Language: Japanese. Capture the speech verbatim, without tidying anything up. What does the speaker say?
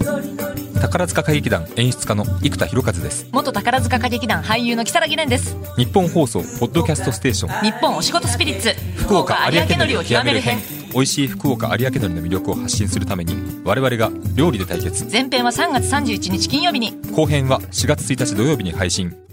宝塚歌劇団演出家の生田博和です。 元宝塚歌劇団俳優の如月蓮です。 日本放送ポッドキャストステーション日本お仕事スピリッツ福岡有明のりを極める編。 美味しい福岡有明のりの魅力を発信するために我々が料理で対決。 前編はさんがつさんじゅういちにち金曜日に、 後編はしがつついたち土曜日に配信。